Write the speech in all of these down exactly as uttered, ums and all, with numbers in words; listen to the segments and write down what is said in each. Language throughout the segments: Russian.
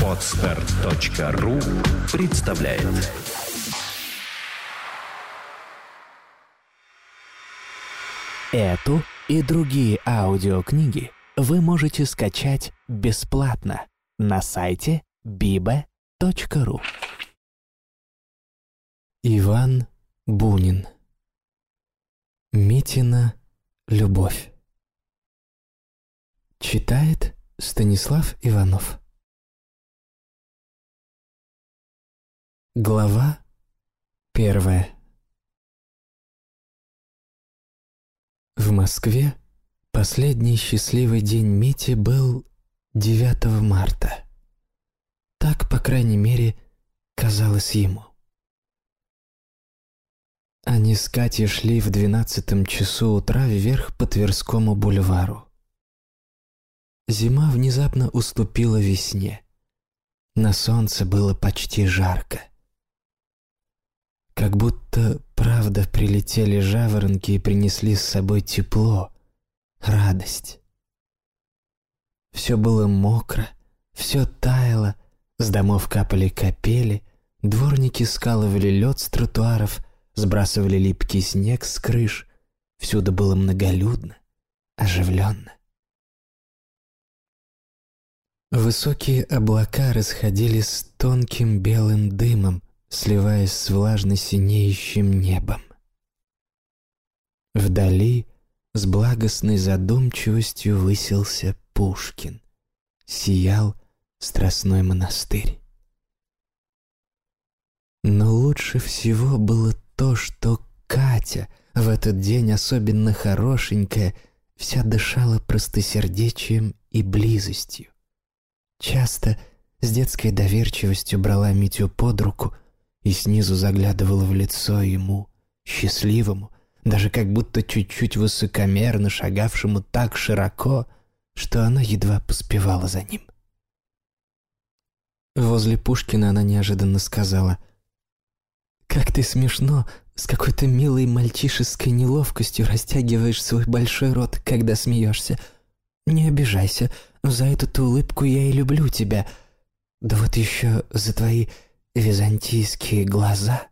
Подстер точка ру представляет. Эту и другие аудиокниги вы можете скачать бесплатно на сайте биба точка ру. Иван Бунин. Митина любовь. Читает Станислав Иванов. Глава первая. В Москве последний счастливый день Мити был девятого марта. Так, по крайней мере, казалось ему. Они с Катей шли в двенадцатом часу утра вверх по Тверскому бульвару. Зима внезапно уступила весне. На солнце было почти жарко. Как будто правда прилетели жаворонки и принесли с собой тепло, радость. Все было мокро, все таяло, с домов капали капели, дворники скалывали лед с тротуаров, сбрасывали липкий снег с крыш. Всюду было многолюдно, оживленно. Высокие облака расходились с тонким белым дымом, сливаясь с влажно-синеющим небом. Вдали с благостной задумчивостью высился Пушкин. Сиял Страстной монастырь. Но лучше всего было то, что Катя, в этот день особенно хорошенькая, вся дышала простосердечием и близостью. Часто с детской доверчивостью брала Митю под руку и снизу заглядывала в лицо ему, счастливому, даже как будто чуть-чуть высокомерно шагавшему так широко, что она едва поспевала за ним. Возле Пушкина она неожиданно сказала: «Как ты смешно, с какой-то милой мальчишеской неловкостью растягиваешь свой большой рот, когда смеешься. Не обижайся, за эту улыбку я и люблю тебя. Да вот еще за твои византийские глаза».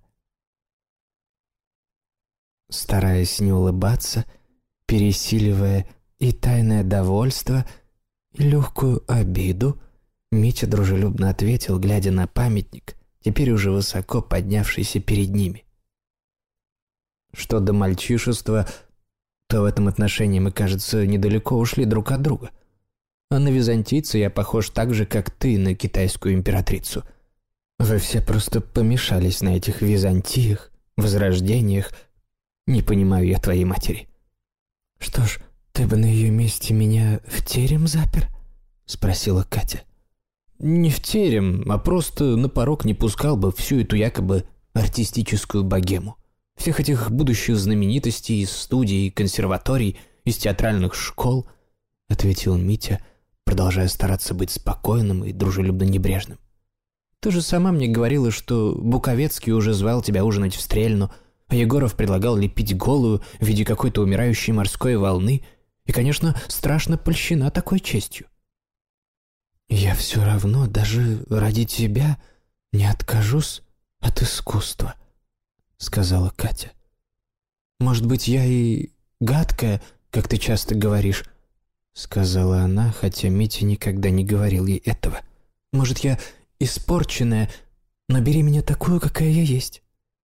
Стараясь не улыбаться, пересиливая и тайное довольство, и легкую обиду, Митя дружелюбно ответил, глядя на памятник, теперь уже высоко поднявшийся перед ними: «Что до мальчишества, то в этом отношении мы, кажется, недалеко ушли друг от друга. А на византийца я похож так же, как ты на китайскую императрицу. Вы все просто помешались на этих византиях, возрождениях. Не понимаю я твоей матери». «Что ж, ты бы на ее месте меня в терем запер?» — спросила Катя. «Не в терем, а просто на порог не пускал бы всю эту якобы артистическую богему. Всех этих будущих знаменитостей из студий, консерваторий, из театральных школ», — ответил Митя, продолжая стараться быть спокойным и дружелюбно небрежным. «Ты же сама мне говорила, что Буковецкий уже звал тебя ужинать в Стрельну, а Егоров предлагал лепить голую в виде какой-то умирающей морской волны, и, конечно, страшно польщена такой честью». «Я все равно даже ради тебя не откажусь от искусства», — сказала Катя. «Может быть, я и гадкая, как ты часто говоришь», — сказала она, хотя Митя никогда не говорил ей этого. «Может, я испорченная, но бери меня такую, какая я есть.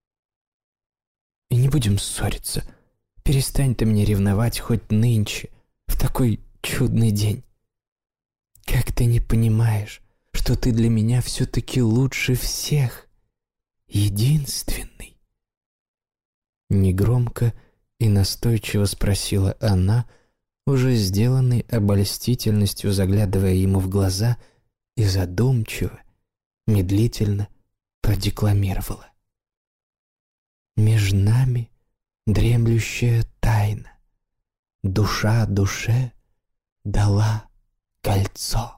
И не будем ссориться. Перестань ты меня ревновать хоть нынче, в такой чудный день. Как ты не понимаешь, что ты для меня все-таки лучше всех, единственный?» Негромко и настойчиво спросила она, уже сделанной обольстительностью заглядывая ему в глаза, и задумчиво, медлительно продекламировала: «Меж нами дремлющая тайна, душа душе дала кольцо».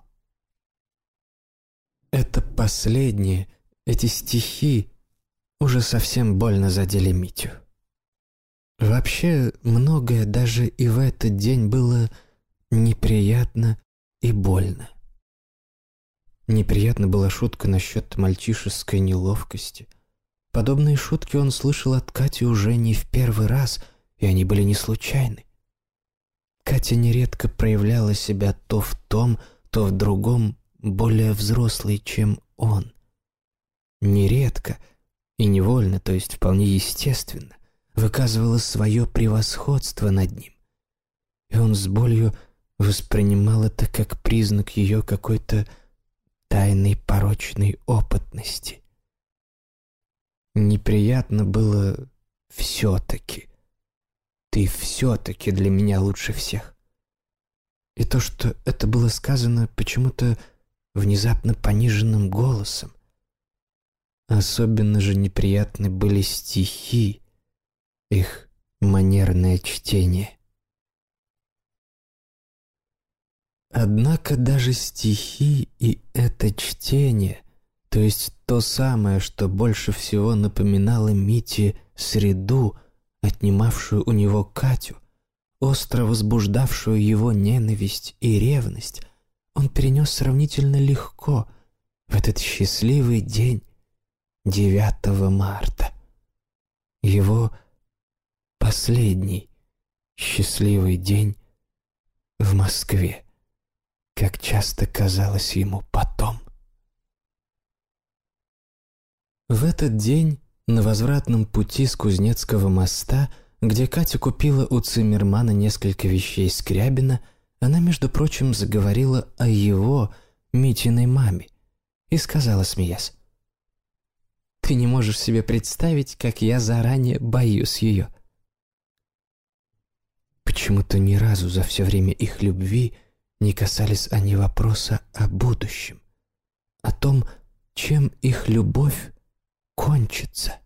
Это последнее, эти стихи уже совсем больно задели Митю. Вообще, многое даже и в этот день было неприятно и больно. Неприятна была шутка насчет мальчишеской неловкости. Подобные шутки он слышал от Кати уже не в первый раз, и они были не случайны. Катя нередко проявляла себя то в том, то в другом, более взрослой, чем он. Нередко и невольно, то есть вполне естественно, выказывала свое превосходство над ним. И он с болью воспринимал это как признак ее какой-то тайной порочной опытности. Неприятно было все-таки. Ты все-таки для меня лучше всех. И то, что это было сказано почему-то внезапно пониженным голосом. Особенно же неприятны были стихи, их манерное чтение. Однако даже стихи и это чтение, то есть то самое, что больше всего напоминало Мите среду, отнимавшую у него Катю, остро возбуждавшую его ненависть и ревность, он перенес сравнительно легко в этот счастливый день девятого марта. Его последний счастливый день в Москве, как часто казалось ему потом. В этот день на возвратном пути с Кузнецкого моста, где Катя купила у циммермана несколько вещей Скрябина, она, между прочим, заговорила о его, Митиной маме, и сказала, смеясь: «Ты не можешь себе представить, как я заранее боюсь ее». Почему-то ни разу за все время их любви не касались они вопроса о будущем, о том, чем их любовь кончится.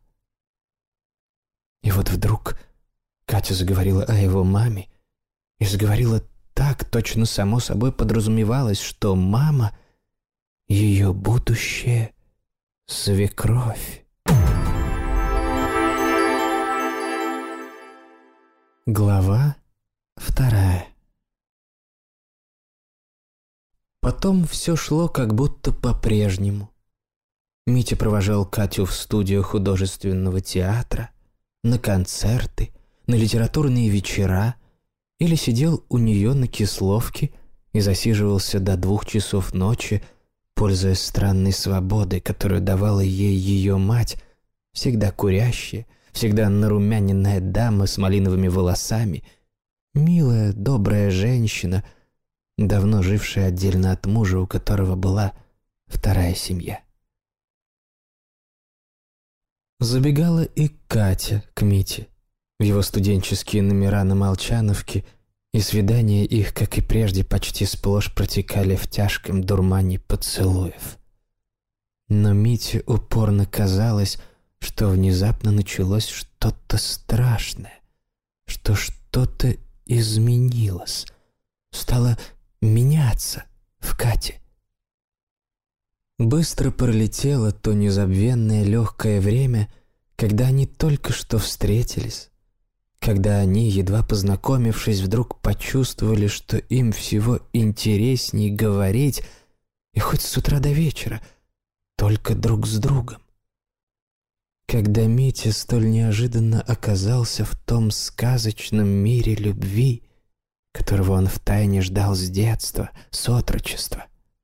И вот вдруг Катя заговорила о его маме, и заговорила так, точно само собой подразумевалось, что мама — ее будущее свекровь. Глава вторая. Потом все шло как будто по-прежнему. Митя провожал Катю в студию художественного театра, на концерты, на литературные вечера или сидел у нее на Кисловке и засиживался до двух часов ночи, пользуясь странной свободой, которую давала ей ее мать, всегда курящая, всегда нарумяненная дама с малиновыми волосами, милая, добрая женщина, давно жившая отдельно от мужа, у которого была вторая семья. Забегала и Катя к Мите в его студенческие номера на Молчановке, и свидания их, как и прежде, почти сплошь протекали в тяжком дурмане поцелуев. Но Мите упорно казалось, что внезапно началось что-то страшное, что что-то изменилось, стало меняться в Кате. Быстро пролетело то незабвенное легкое время, когда они только что встретились, когда они, едва познакомившись, вдруг почувствовали, что им всего интересней говорить, и хоть с утра до вечера, только друг с другом. Когда Митя столь неожиданно оказался в том сказочном мире любви, которого он втайне ждал с детства, с отрочества.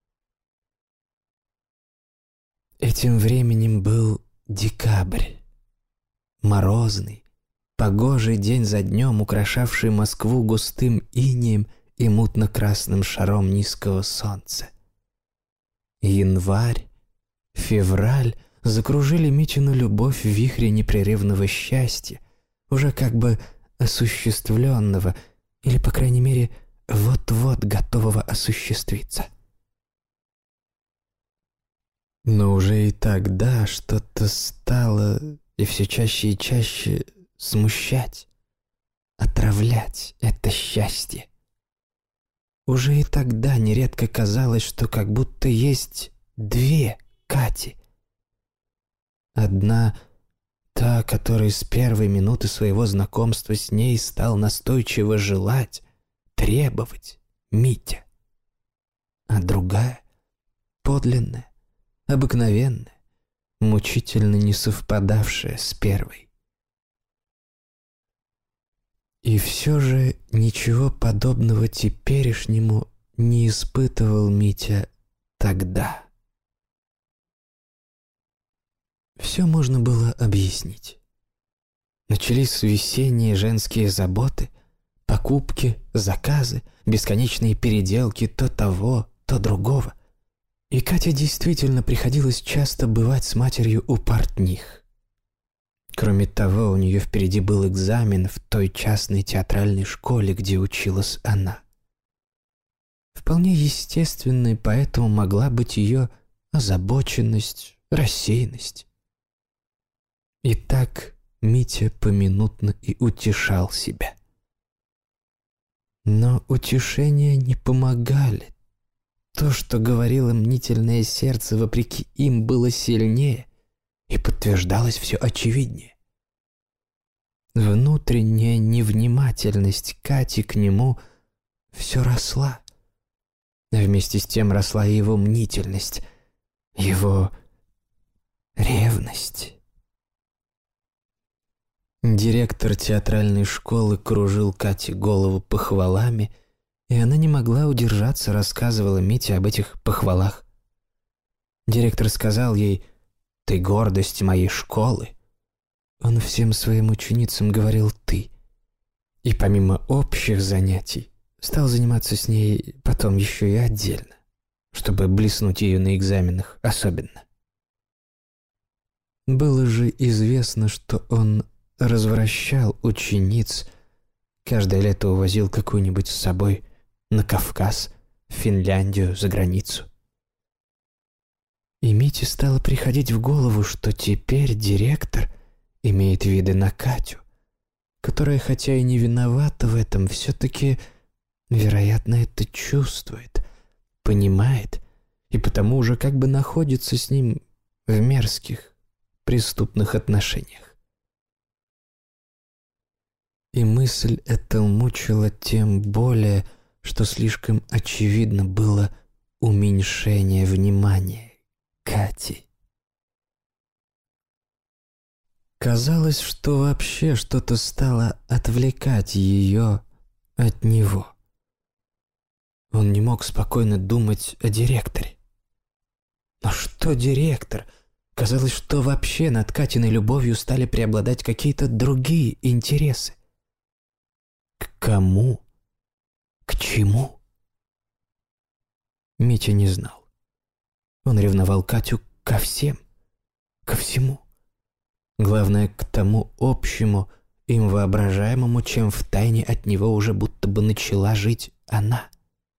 Этим временем был декабрь, морозный, погожий день за днем, украшавший Москву густым инеем и мутно-красным шаром низкого солнца. Январь, февраль закружили Митину любовь в вихре непрерывного счастья, уже как бы осуществленного, или, по крайней мере, вот-вот готового осуществиться. Но уже и тогда что-то стало и все чаще и чаще смущать, отравлять это счастье. Уже и тогда нередко казалось, что как будто есть две Кати. Одна — та, которой с первой минуты своего знакомства с ней стал настойчиво желать, требовать Митя. А другая — подлинное, обыкновенное, мучительно не совпадавшее с первой. И все же ничего подобного теперешнему не испытывал Митя тогда. Все можно было объяснить. Начались весенние женские заботы, покупки, заказы, бесконечные переделки то того, то другого. И Кате действительно приходилось часто бывать с матерью у портних. Кроме того, у нее впереди был экзамен в той частной театральной школе, где училась она. Вполне естественной поэтому могла быть ее озабоченность, рассеянность. И так Митя поминутно и утешал себя. Но утешения не помогали. То, что говорило мнительное сердце, вопреки им, было сильнее, и подтверждалось все очевиднее. Внутренняя невнимательность Кати к нему все росла. А вместе с тем росла и его мнительность, его ревность. Директор театральной школы кружил Кате голову похвалами, и она не могла удержаться, рассказывала Мите об этих похвалах. Директор сказал ей: «Ты гордость моей школы». Он всем своим ученицам говорил «ты». И помимо общих занятий стал заниматься с ней потом еще и отдельно, чтобы блеснуть ее на экзаменах особенно. Было же известно, что он развращал учениц, каждое лето увозил какую-нибудь с собой на Кавказ, в Финляндию, за границу. И Мите стало приходить в голову, что теперь директор имеет виды на Катю, которая, хотя и не виновата в этом, все-таки, вероятно, это чувствует, понимает и потому уже как бы находится с ним в мерзких, преступных отношениях. И мысль эта мучила тем более, что слишком очевидно было уменьшение внимания Кати. Казалось, что вообще что-то стало отвлекать ее от него. Он не мог спокойно думать о директоре. Но что директор? Казалось, что вообще над Катиной любовью стали преобладать какие-то другие интересы. К кому? К чему? Митя не знал. Он ревновал Катю ко всем, ко всему. Главное, к тому общему, им воображаемому, чем втайне от него уже будто бы начала жить она.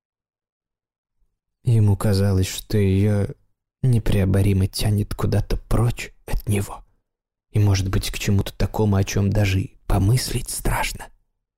Ему казалось, что ее непреоборимо тянет куда-то прочь от него. И, может быть, к чему-то такому, о чем даже и помыслить страшно.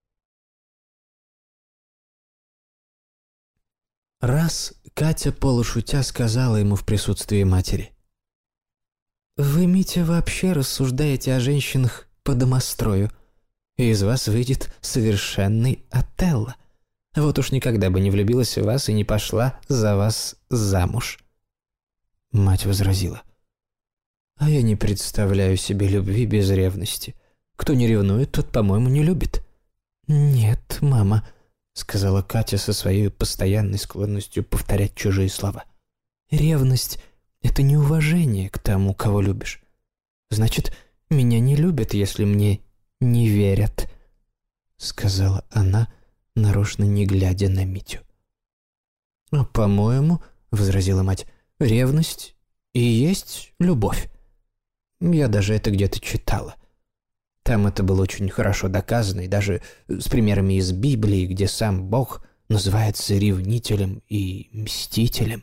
Раз Катя, полушутя, сказала ему в присутствии матери: «Вы, Митя, вообще рассуждаете о женщинах по домострою, и из вас выйдет совершенный Отелло. Вот уж никогда бы не влюбилась в вас и не пошла за вас замуж». Мать возразила: «А я не представляю себе любви без ревности. Кто не ревнует, тот, по-моему, не любит». «Нет, мама», — сказала Катя со своей постоянной склонностью повторять чужие слова. «Ревность — это неуважение к тому, кого любишь. Значит, меня не любят, если мне не верят», — сказала она, нарочно не глядя на Митю. «А по-моему, — возразила мать, — ревность и есть любовь. Я даже это где-то читала. Там это было очень хорошо доказано, и даже с примерами из Библии, где сам Бог называется ревнителем и мстителем».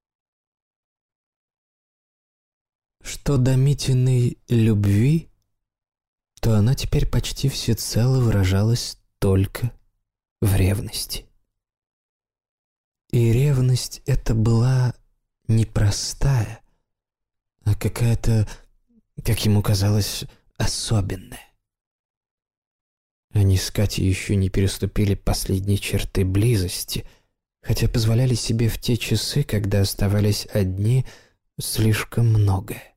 Что до Митиной любви, то она теперь почти всецело выражалась только в ревности. И ревность эта была не простая, а какая-то, как ему казалось, особенная. Они с Катей еще не переступили последней черты близости, хотя позволяли себе в те часы, когда оставались одни, слишком многое.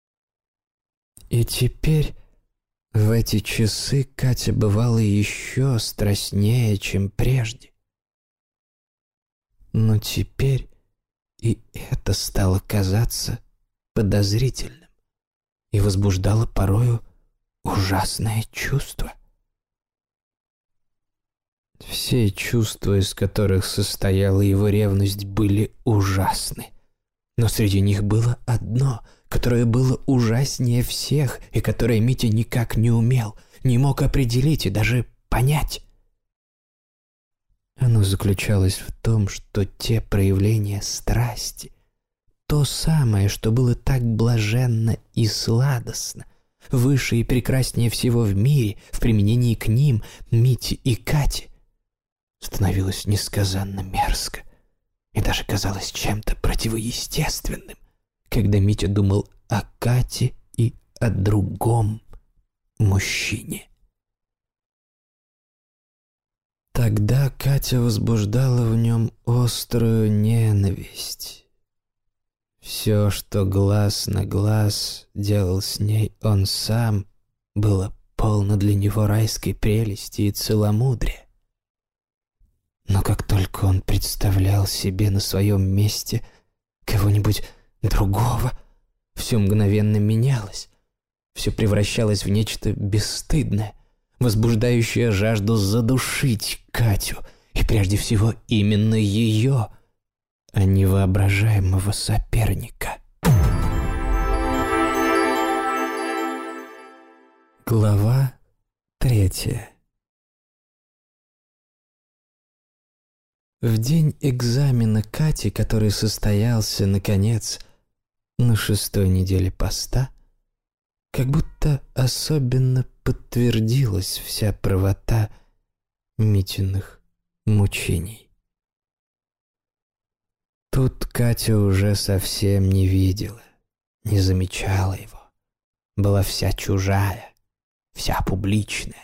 И теперь, в эти часы, Катя бывала еще страстнее, чем прежде. Но теперь и это стало казаться подозрительным и возбуждало порою ужасное чувство. Все чувства, из которых состояла его ревность, были ужасны. Но среди них было одно, которое было ужаснее всех и которое Митя никак не умел, не мог определить и даже понять. Оно заключалось в том, что те проявления страсти, то самое, что было так блаженно и сладостно, выше и прекраснее всего в мире, в применении к ним, Мите и Кате, становилось несказанно мерзко и даже казалось чем-то противоестественным, когда Митя думал о Кате и о другом мужчине. Тогда Катя возбуждала в нем острую ненависть. Все, что глаз на глаз делал с ней он сам, было полно для него райской прелести и целомудрия. Но как только он представлял себе на своем месте кого-нибудь другого, все мгновенно менялось, все превращалось в нечто бесстыдное, возбуждающее жажду задушить Катю, и прежде всего именно ее, а не воображаемого соперника. Глава третья. В день экзамена Кати, который состоялся, наконец, на шестой неделе поста, как будто особенно подтвердилась вся правота Митиных мучений. Тут Катя уже совсем не видела, не замечала его, была вся чужая, вся публичная.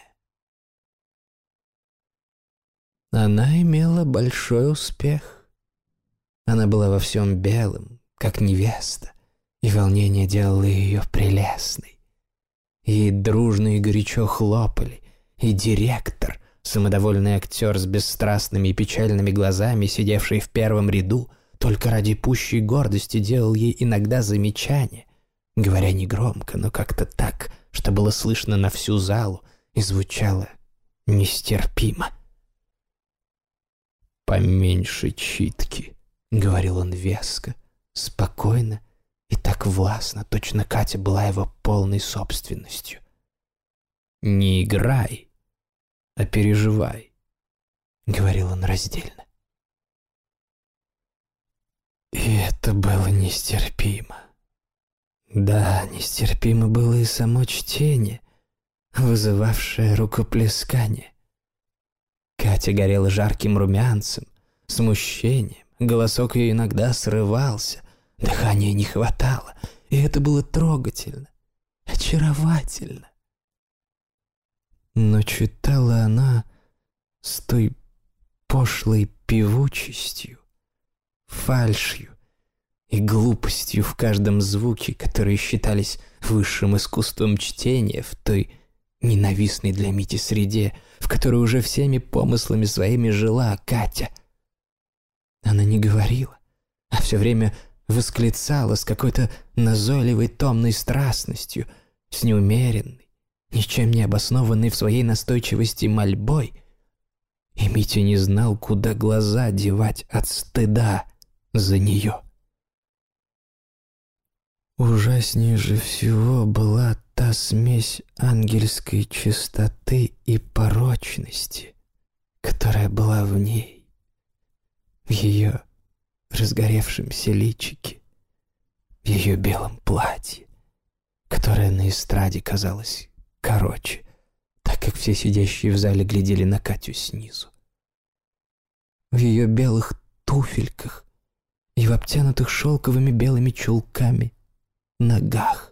Она имела большой успех. Она была во всем белом, как невеста, и волнение делало ее прелестной. Ей дружно и горячо хлопали, и директор, самодовольный актер с бесстрастными и печальными глазами, сидевший в первом ряду, только ради пущей гордости делал ей иногда замечания, говоря негромко, но как-то так, что было слышно на всю залу и звучало нестерпимо. «Поменьше читки», — говорил он веско, спокойно и так властно, точно Катя была его полной собственностью. «Не играй, а переживай», — говорил он раздельно. И это было нестерпимо. Да, нестерпимо было и само чтение, вызывавшее рукоплескание. Катя горела жарким румянцем, смущением, голосок ее иногда срывался, дыхания не хватало, и это было трогательно, очаровательно. Но читала она с той пошлой певучестью, фальшью и глупостью в каждом звуке, которые считались высшим искусством чтения в той ненавистной для Мити среде, в которой уже всеми помыслами своими жила Катя. Она не говорила, а все время восклицала с какой-то назойливой томной страстностью, с неумеренной, ничем не обоснованной в своей настойчивости мольбой. И Митя не знал, куда глаза девать от стыда за нее. Ужаснее же всего была та смесь ангельской чистоты и порочности, которая была в ней, в ее разгоревшемся личике, в ее белом платье, которое на эстраде казалось короче, так как все сидящие в зале глядели на Катю снизу, в ее белых туфельках и в обтянутых шелковыми белыми чулками ногах.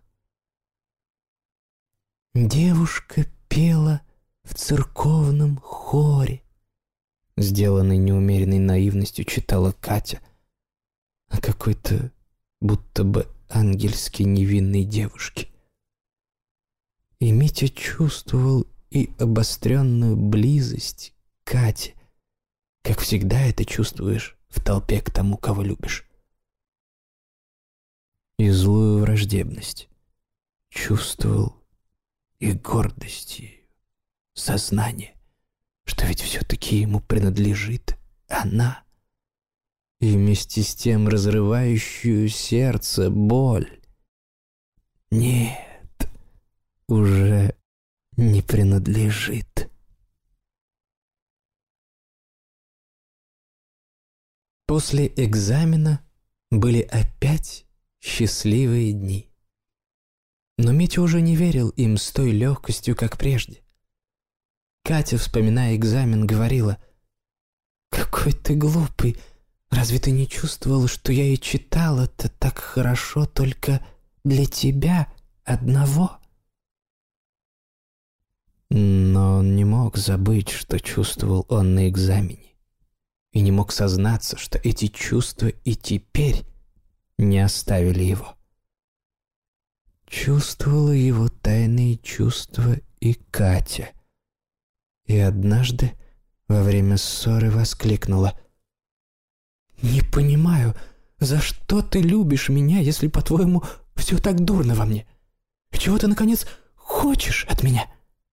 Девушка пела в церковном хоре, сделанной неумеренной наивностью, читала Катя о какой-то будто бы ангельски невинной девушке. И Митя чувствовал и обостренную близость к Кате, как всегда это чувствуешь в толпе к тому, кого любишь. И злую враждебность чувствовал, и гордость, и сознание, что ведь все-таки ему принадлежит она, и вместе с тем разрывающую сердце боль. Нет, уже не принадлежит. После экзамена были опять счастливые дни. Но Митя уже не верил им с той легкостью, как прежде. Катя, вспоминая экзамен, говорила: «Какой ты глупый! Разве ты не чувствовал, что я и читала-то так хорошо только для тебя одного?» Но он не мог забыть, что чувствовал он на экзамене, и не мог сознаться, что эти чувства и теперь не оставили его. Чувствовала его тайные чувства и Катя, и однажды во время ссоры воскликнула: «Не понимаю, за что ты любишь меня, если, по-твоему, все так дурно во мне? Чего ты, наконец, хочешь от меня?»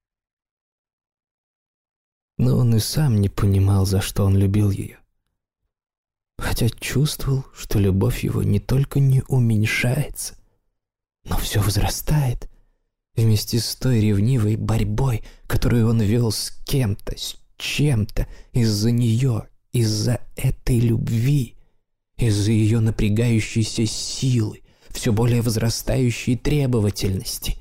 Но он и сам не понимал, за что он любил ее, хотя чувствовал, что любовь его не только не уменьшается, но все возрастает вместе с той ревнивой борьбой, которую он вел с кем-то, с чем-то, из-за нее, из-за этой любви, из-за ее напрягающейся силы, все более возрастающей требовательности.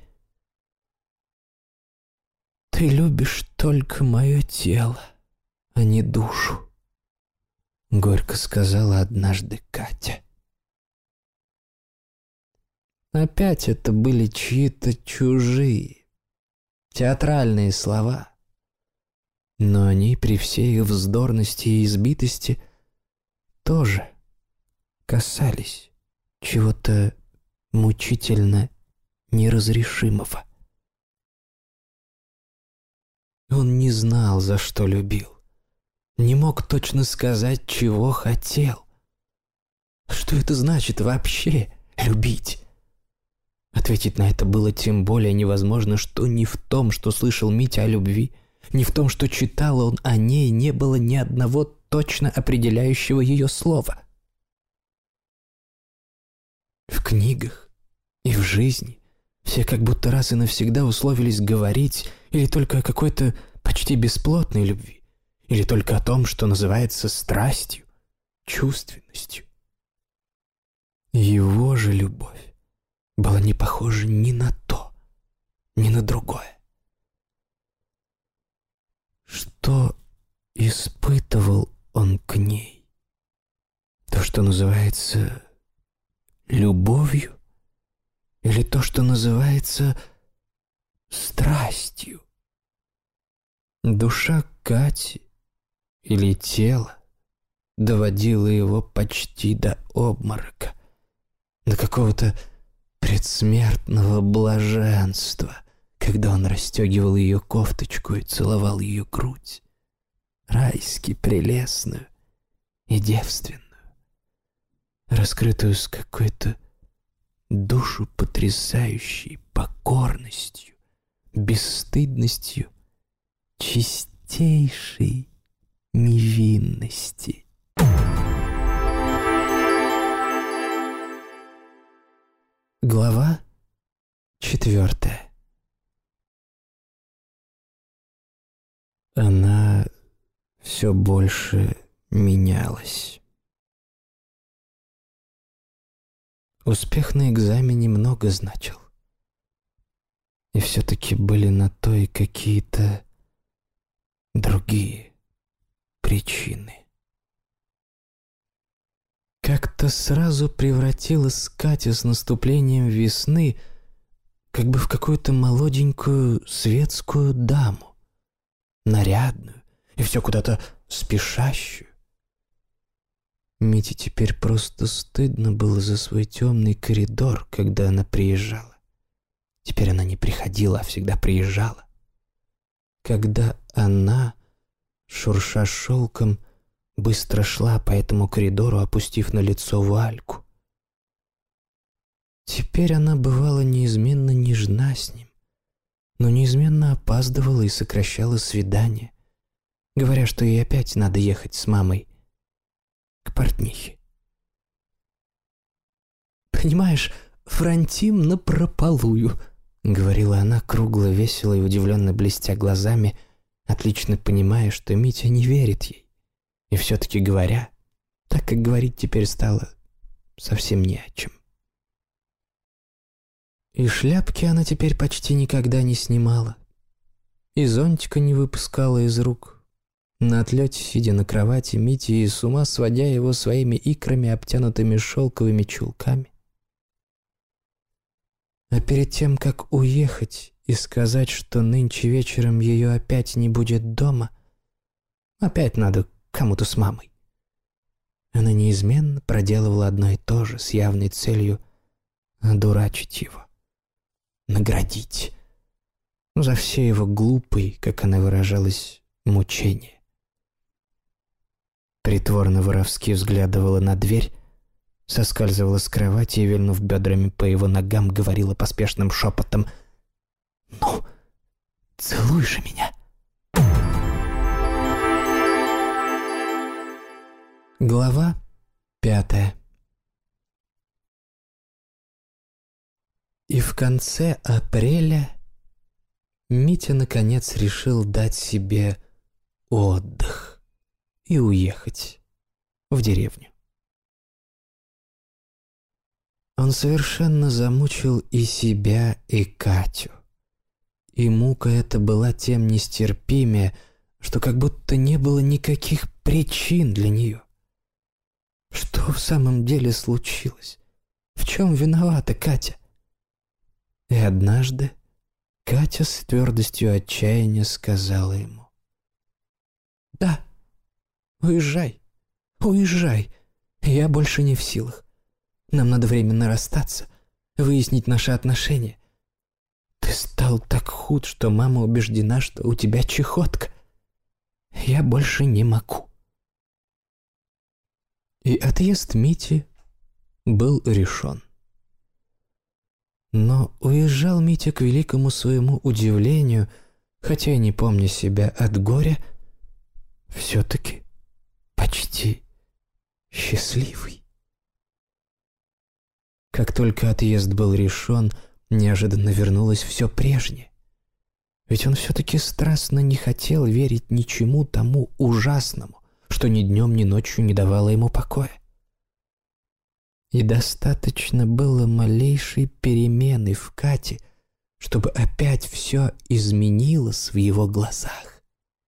«Ты любишь только мое тело, а не душу», — горько сказала однажды Катя. Опять это были чьи-то чужие, театральные слова, но они при всей их вздорности и избитости тоже касались чего-то мучительно неразрешимого. Он не знал, за что любил, не мог точно сказать, чего хотел. Что это значит вообще любить? Ответить на это было тем более невозможно, что ни в том, что слышал Митя о любви, ни в том, что читал он о ней, не было ни одного точно определяющего ее слова. В книгах и в жизни все как будто раз и навсегда условились говорить или только о какой-то почти бесплотной любви, или только о том, что называется страстью, чувственностью. Его же любовь была не похожа ни на то, ни на другое. Что испытывал он к ней? То, что называется любовью, или то, что называется страстью? Душа Кати или тело доводило его почти до обморока, до какого-то предсмертного блаженства, когда он расстегивал ее кофточку и целовал ее грудь, райски прелестную и девственную, раскрытую с какой-то душу потрясающей покорностью, бесстыдностью, чистейшей невинности. Глава четвертая. Она все больше менялась. Успех на экзамене много значил. И все-таки были на то и какие-то другие причины. Как-то сразу превратилась Катя с наступлением весны как бы в какую-то молоденькую светскую даму, нарядную, и все куда-то спешащую. Мите теперь просто стыдно было за свой темный коридор, когда она приезжала. Теперь она не приходила, а всегда приезжала. Когда она, шурша шелком, быстро шла по этому коридору, опустив на лицо вуальку. Теперь она бывала неизменно нежна с ним, но неизменно опаздывала и сокращала свидания, говоря, что ей опять надо ехать с мамой к портнихе. «Понимаешь, франтим напропалую», — говорила она, кругло, весело и удивленно блестя глазами, отлично понимая, что Митя не верит ей. И все-таки говоря, так как говорить теперь стало совсем не о чем. И шляпки она теперь почти никогда не снимала, и зонтика не выпускала из рук. На отлете, сидя на кровати, Митя и с ума сводя его своими икрами, обтянутыми шелковыми чулками. А перед тем, как уехать и сказать, что нынче вечером ее опять не будет дома, опять надо кому-то с мамой, она неизменно проделывала одно и то же с явной целью одурачить его, наградить за все его глупые, как она выражалась, мучения. Притворно-воровски взглядывала на дверь, соскальзывала с кровати и, вильнув бедрами по его ногам, говорила поспешным шепотом: «Ну, целуй же меня!» Глава пятая. И в конце апреля Митя наконец решил дать себе отдых и уехать в деревню. Он совершенно замучил и себя, и Катю. И мука эта была тем нестерпимее, что как будто не было никаких причин для нее. Что в самом деле случилось? В чем виновата Катя? И однажды Катя с твердостью отчаяния сказала ему: «Да, уезжай, уезжай, я больше не в силах. Нам надо временно расстаться, выяснить наши отношения. Ты стал так худ, что мама убеждена, что у тебя чехотка. Я больше не могу». И отъезд Мити был решен. Но уезжал Митя, к великому своему удивлению, хотя и не помня себя от горя, все-таки почти счастливый. Как только отъезд был решен, неожиданно вернулось все прежнее. Ведь он все-таки страстно не хотел верить ничему тому ужасному, что ни днем, ни ночью не давало ему покоя. И достаточно было малейшей перемены в Кате, чтобы опять все изменилось в его глазах.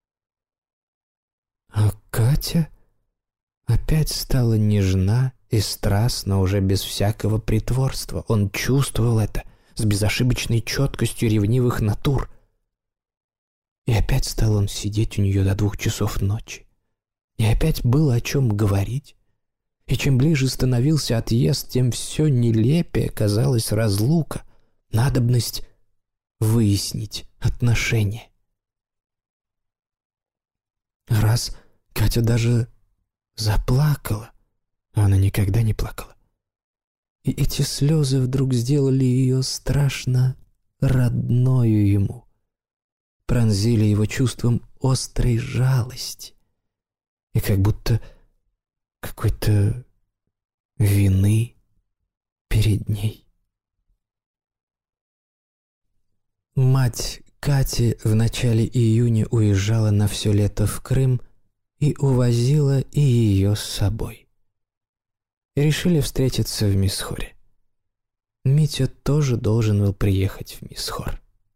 А Катя опять стала нежна и страстна уже без всякого притворства. Он чувствовал это с безошибочной четкостью ревнивых натур. И опять стал он сидеть у нее до двух часов ночи. И опять было о чем говорить. И чем ближе становился отъезд, тем все нелепее казалась разлука, надобность выяснить отношения. Раз Катя даже заплакала, а она никогда не плакала. И эти слезы вдруг сделали ее страшно родною ему, пронзили его чувством острой жалости и как будто какой-то вины перед ней. Мать Кати в начале июня уезжала на все лето в Крым и увозила и ее с собой. Решили встретиться в Мисхоре. Митя тоже должен был приехать в Мисхор.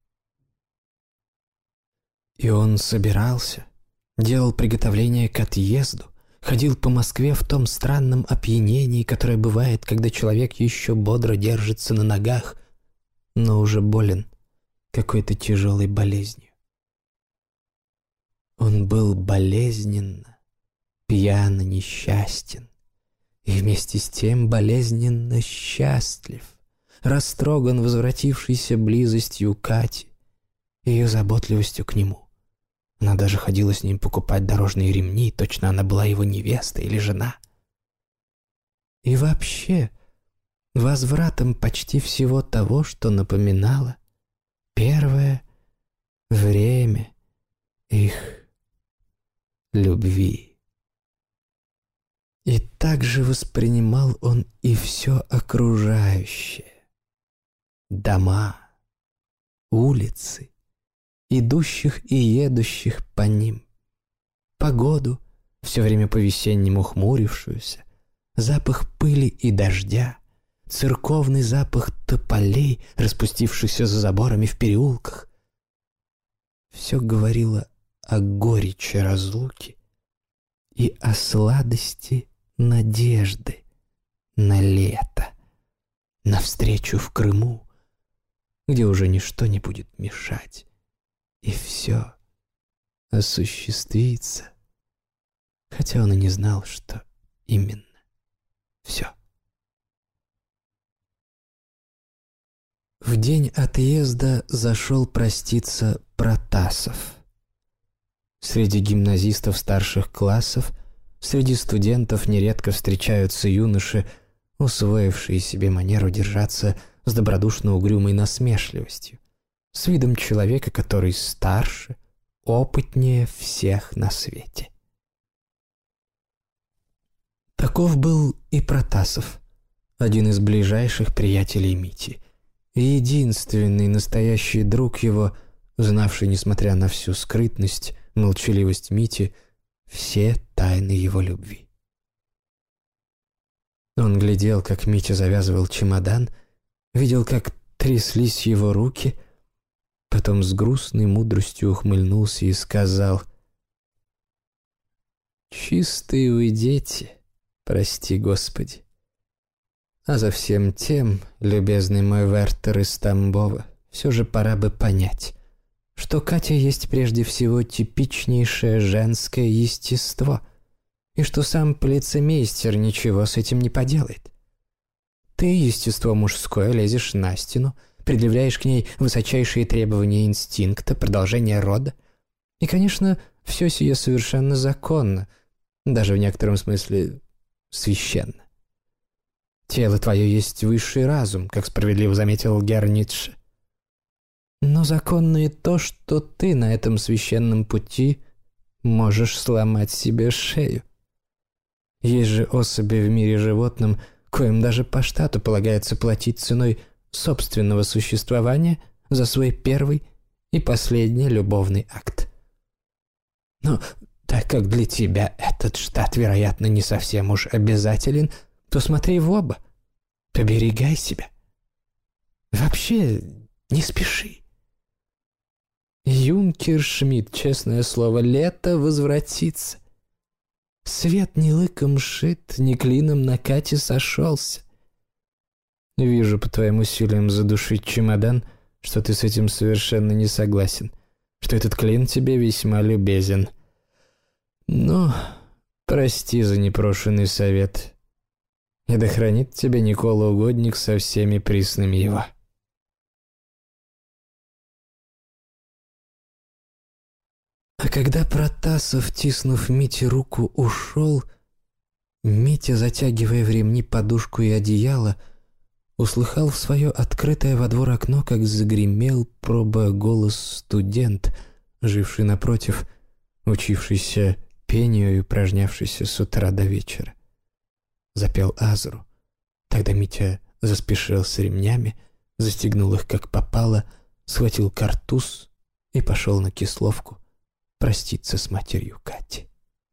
И он собирался, делал приготовления к отъезду, ходил по Москве в том странном опьянении, которое бывает, когда человек еще бодро держится на ногах, но уже болен какой-то тяжелой болезнью. Он был болезненно пьяно несчастен и вместе с тем болезненно счастлив, растроган возвратившейся близостью Кати, ее заботливостью к нему. Она даже ходила с ним покупать дорожные ремни, точно она была его невеста или жена. И вообще, возвратом почти всего того, что напоминало первое время их любви. И также воспринимал он и все окружающее. Дома, улицы, идущих и едущих по ним, погоду, все время по-весеннему хмурившуюся, запах пыли и дождя, церковный запах тополей, распустившихся за заборами в переулках. Все говорило о горечи разлуки и о сладости надежды на лето, на встречу в Крыму, где уже ничто не будет мешать, и все осуществится, хотя он и не знал, что именно все. В день отъезда зашел проститься Протасов. Среди гимназистов старших классов, среди студентов нередко встречаются юноши, усвоившие себе манеру держаться с добродушно-угрюмой насмешливостью, с видом человека, который старше, опытнее всех на свете. Таков был и Протасов, один из ближайших приятелей Мити, и единственный настоящий друг его, знавший, несмотря на всю скрытность, молчаливость Мити, все тайны его любви. Он глядел, как Митя завязывал чемодан, видел, как тряслись его руки, потом с грустной мудростью ухмыльнулся и сказал: «Чистые вы дети, прости Господи. А за всем тем, любезный мой Вертер из Тамбова, все же пора бы понять, что Катя есть прежде всего типичнейшее женское естество, и что сам полицеймейстер ничего с этим не поделает. Ты, естество мужское, лезешь на стену, предъявляешь к ней высочайшие требования инстинкта, продолжения рода, и, конечно, все сие совершенно законно, даже в некотором смысле священно. Тело твое есть высший разум, как справедливо заметил Герр Ницше. Но законно и то, что ты на этом священном пути можешь сломать себе шею. Есть же особи в мире животным, коим даже по штату полагается платить ценой собственного существования за свой первый и последний любовный акт. Но так как для тебя этот штат, вероятно, не совсем уж обязателен, то смотри в оба, поберегай себя. Вообще не спеши. Юнкер Шмидт, честное слово, лето возвратится. Свет ни лыком шит, ни клином на Кате сошелся. Вижу по твоим усилиям задушить чемодан, что ты с этим совершенно не согласен, что этот клин тебе весьма любезен. Ну, прости за непрошенный совет. И да хранит тебя Никола Угодник со всеми приснами его. А когда Протасов, тиснув Мите руку, ушел, Митя, затягивая в ремни подушку и одеяло, услыхал в свое открытое во двор окно, как загремел, пробуя голос, студент, живший напротив, учившийся пению и упражнявшийся с утра до вечера. Запел Азру. Тогда Митя заспешил с ремнями, застегнул их как попало, схватил картуз и пошел на Кисловку проститься с матерью Кати.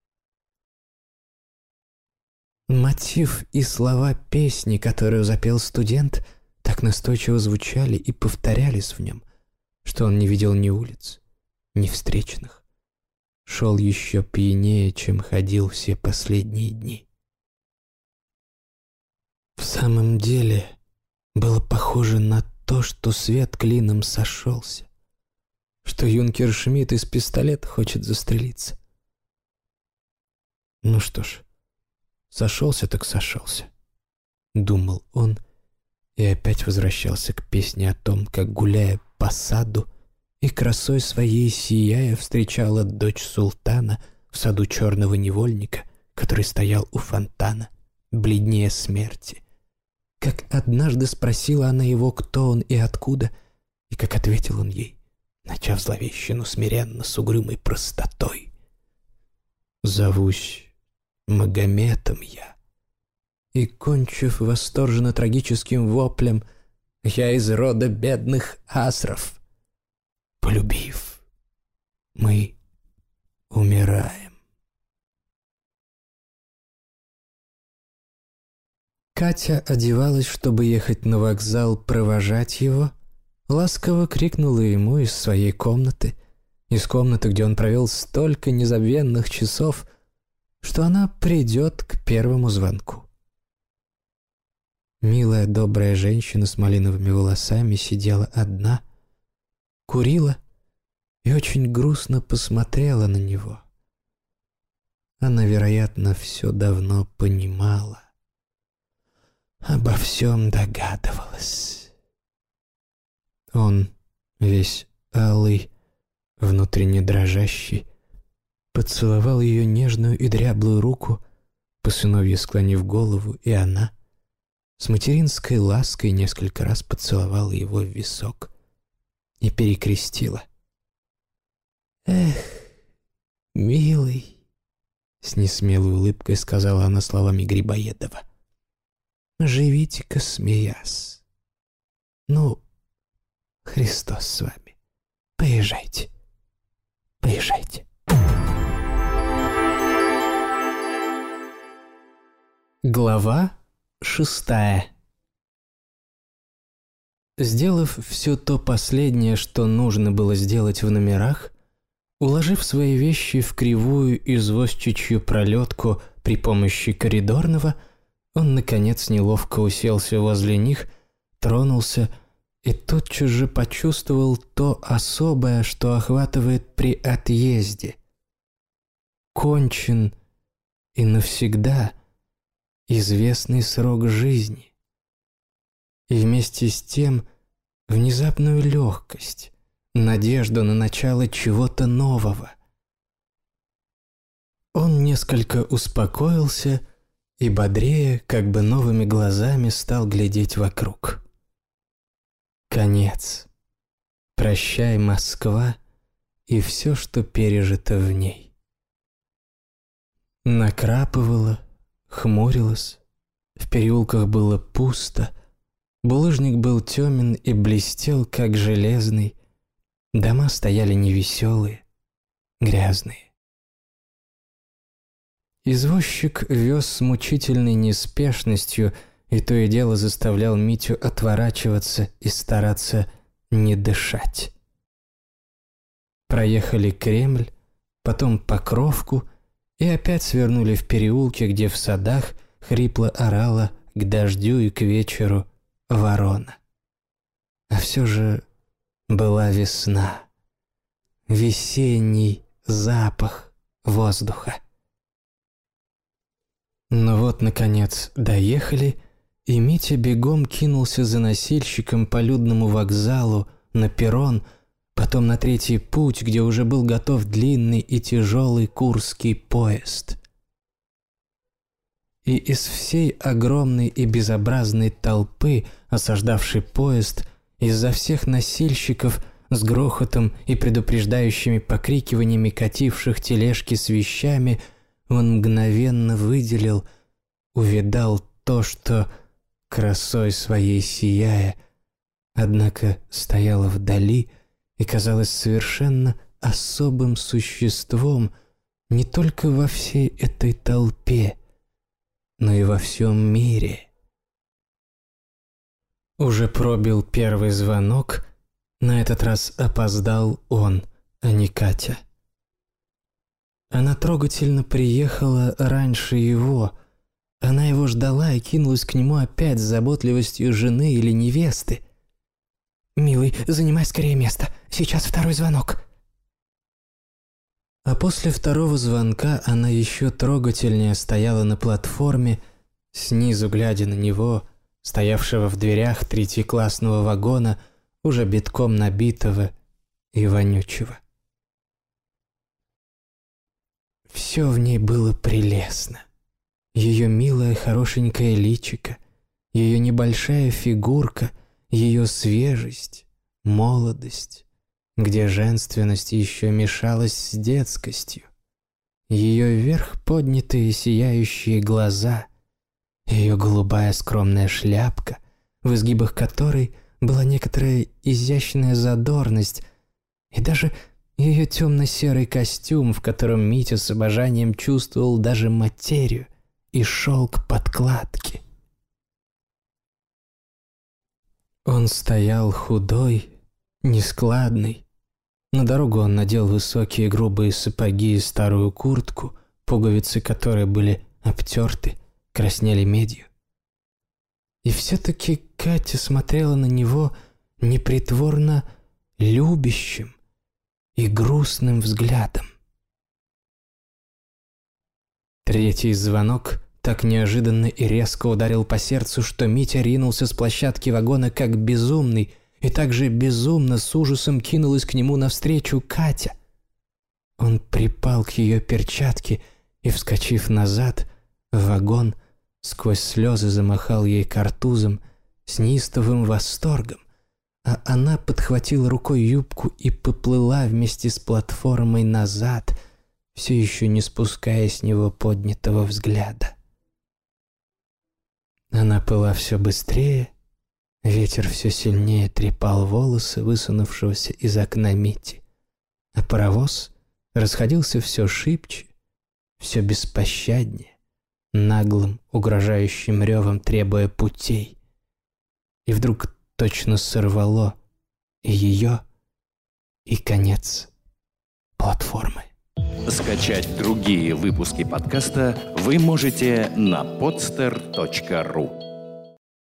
Мотив и слова песни, которую запел студент, так настойчиво звучали и повторялись в нем, что он не видел ни улиц, ни встречных. Шел еще пьянее, чем ходил все последние дни. В самом деле было похоже на то, что свет клином сошелся, что юнкер Шмидт из пистолета хочет застрелиться. Ну что ж, сошелся так сошелся, думал он, и опять возвращался к песне о том, как, гуляя по саду и красой своей сияя, встречала дочь султана в саду черного невольника, который стоял у фонтана, бледнее смерти. Как однажды спросила она его, кто он и откуда, и как ответил он ей, начав зловещину смиренно с угрюмой простотой: «Зовусь Магометом я». И, кончив восторженно трагическим воплем: «Я из рода бедных асров», полюбив, мы умираем. Катя одевалась, чтобы ехать на вокзал провожать его, ласково крикнула ему из своей комнаты, из комнаты, где он провел столько незабвенных часов, что она придет к первому звонку. Милая, добрая женщина с малиновыми волосами сидела одна, курила и очень грустно посмотрела на него. Она, вероятно, все давно понимала, обо всем догадывалась. Он, весь алый, внутренне дрожащий, поцеловал ее нежную и дряблую руку, по сыновье склонив голову, и она с материнской лаской несколько раз поцеловала его в висок и перекрестила. «Эх, милый», — с несмелой улыбкой сказала она словами Грибоедова, «живите-ка, смеясь. Ну, Христос с вами. Поезжайте, поезжайте». Глава шестая. Сделав все то последнее, что нужно было сделать в номерах, уложив свои вещи в кривую извозчичью пролетку при помощи коридорного, он, наконец, неловко уселся возле них, тронулся и тотчас же почувствовал то особое, что охватывает при отъезде. Кончен и навсегда известный срок жизни. И вместе с тем внезапную легкость, надежду на начало чего-то нового. Он несколько успокоился и бодрее, как бы новыми глазами, стал глядеть вокруг. Конец. Прощай, Москва, и все, что пережито в ней. Накрапывало, хмурилось, в переулках было пусто, булыжник был темен и блестел, как железный, дома стояли невеселые, грязные. Извозчик вез с мучительной неспешностью и то и дело заставлял Митю отворачиваться и стараться не дышать. Проехали Кремль, потом Покровку и опять свернули в переулке, где в садах хрипло орала к дождю и к вечеру ворона. А все же была весна, весенний запах воздуха. Но вот, наконец, доехали, и Митя бегом кинулся за носильщиком по людному вокзалу, на перрон, потом на третий путь, где уже был готов длинный и тяжелый курский поезд. И из всей огромной и безобразной толпы, осаждавшей поезд, из-за всех носильщиков с грохотом и предупреждающими покрикиваниями кативших тележки с вещами, он мгновенно выделил, увидал то, что, красой своей сияя, однако стояло вдали и казалось совершенно особым существом не только во всей этой толпе, но и во всем мире. Уже пробил первый звонок, на этот раз опоздал он, а не Катя. Она трогательно приехала раньше его. Она его ждала и кинулась к нему опять с заботливостью жены или невесты. «Милый, занимай скорее место. Сейчас второй звонок». А после второго звонка она еще трогательнее стояла на платформе, снизу глядя на него, стоявшего в дверях третьеклассного вагона, уже битком набитого и вонючего. Все в ней было прелестно. Ее милое хорошенькое личико, ее небольшая фигурка, ее свежесть, молодость, где женственность еще мешалась с детскостью, ее вверх поднятые сияющие глаза, ее голубая скромная шляпка, в изгибах которой была некоторая изящная задорность, и даже ее темно-серый костюм, в котором Митя с обожанием чувствовал даже материю и шелк подкладки. Он стоял худой, нескладный. На дорогу он надел высокие грубые сапоги и старую куртку, пуговицы которой были обтерты, краснели медью. И все-таки Катя смотрела на него непритворно любящим и грустным взглядом. Третий звонок так неожиданно и резко ударил по сердцу, что Митя ринулся с площадки вагона как безумный, и также безумно с ужасом кинулась к нему навстречу Катя. Он припал к ее перчатке и, вскочив назад, в вагон сквозь слезы замахал ей картузом с неистовым восторгом, а она подхватила рукой юбку и поплыла вместе с платформой назад, все еще не спуская с него поднятого взгляда. Она плыла все быстрее, ветер все сильнее трепал волосы высунувшегося из окна Мити, а паровоз расходился все шибче, все беспощаднее, наглым, угрожающим ревом требуя путей. И вдруг точно сорвало и ее, и конец платформы. Скачать другие выпуски подкаста вы можете на podster точка ру.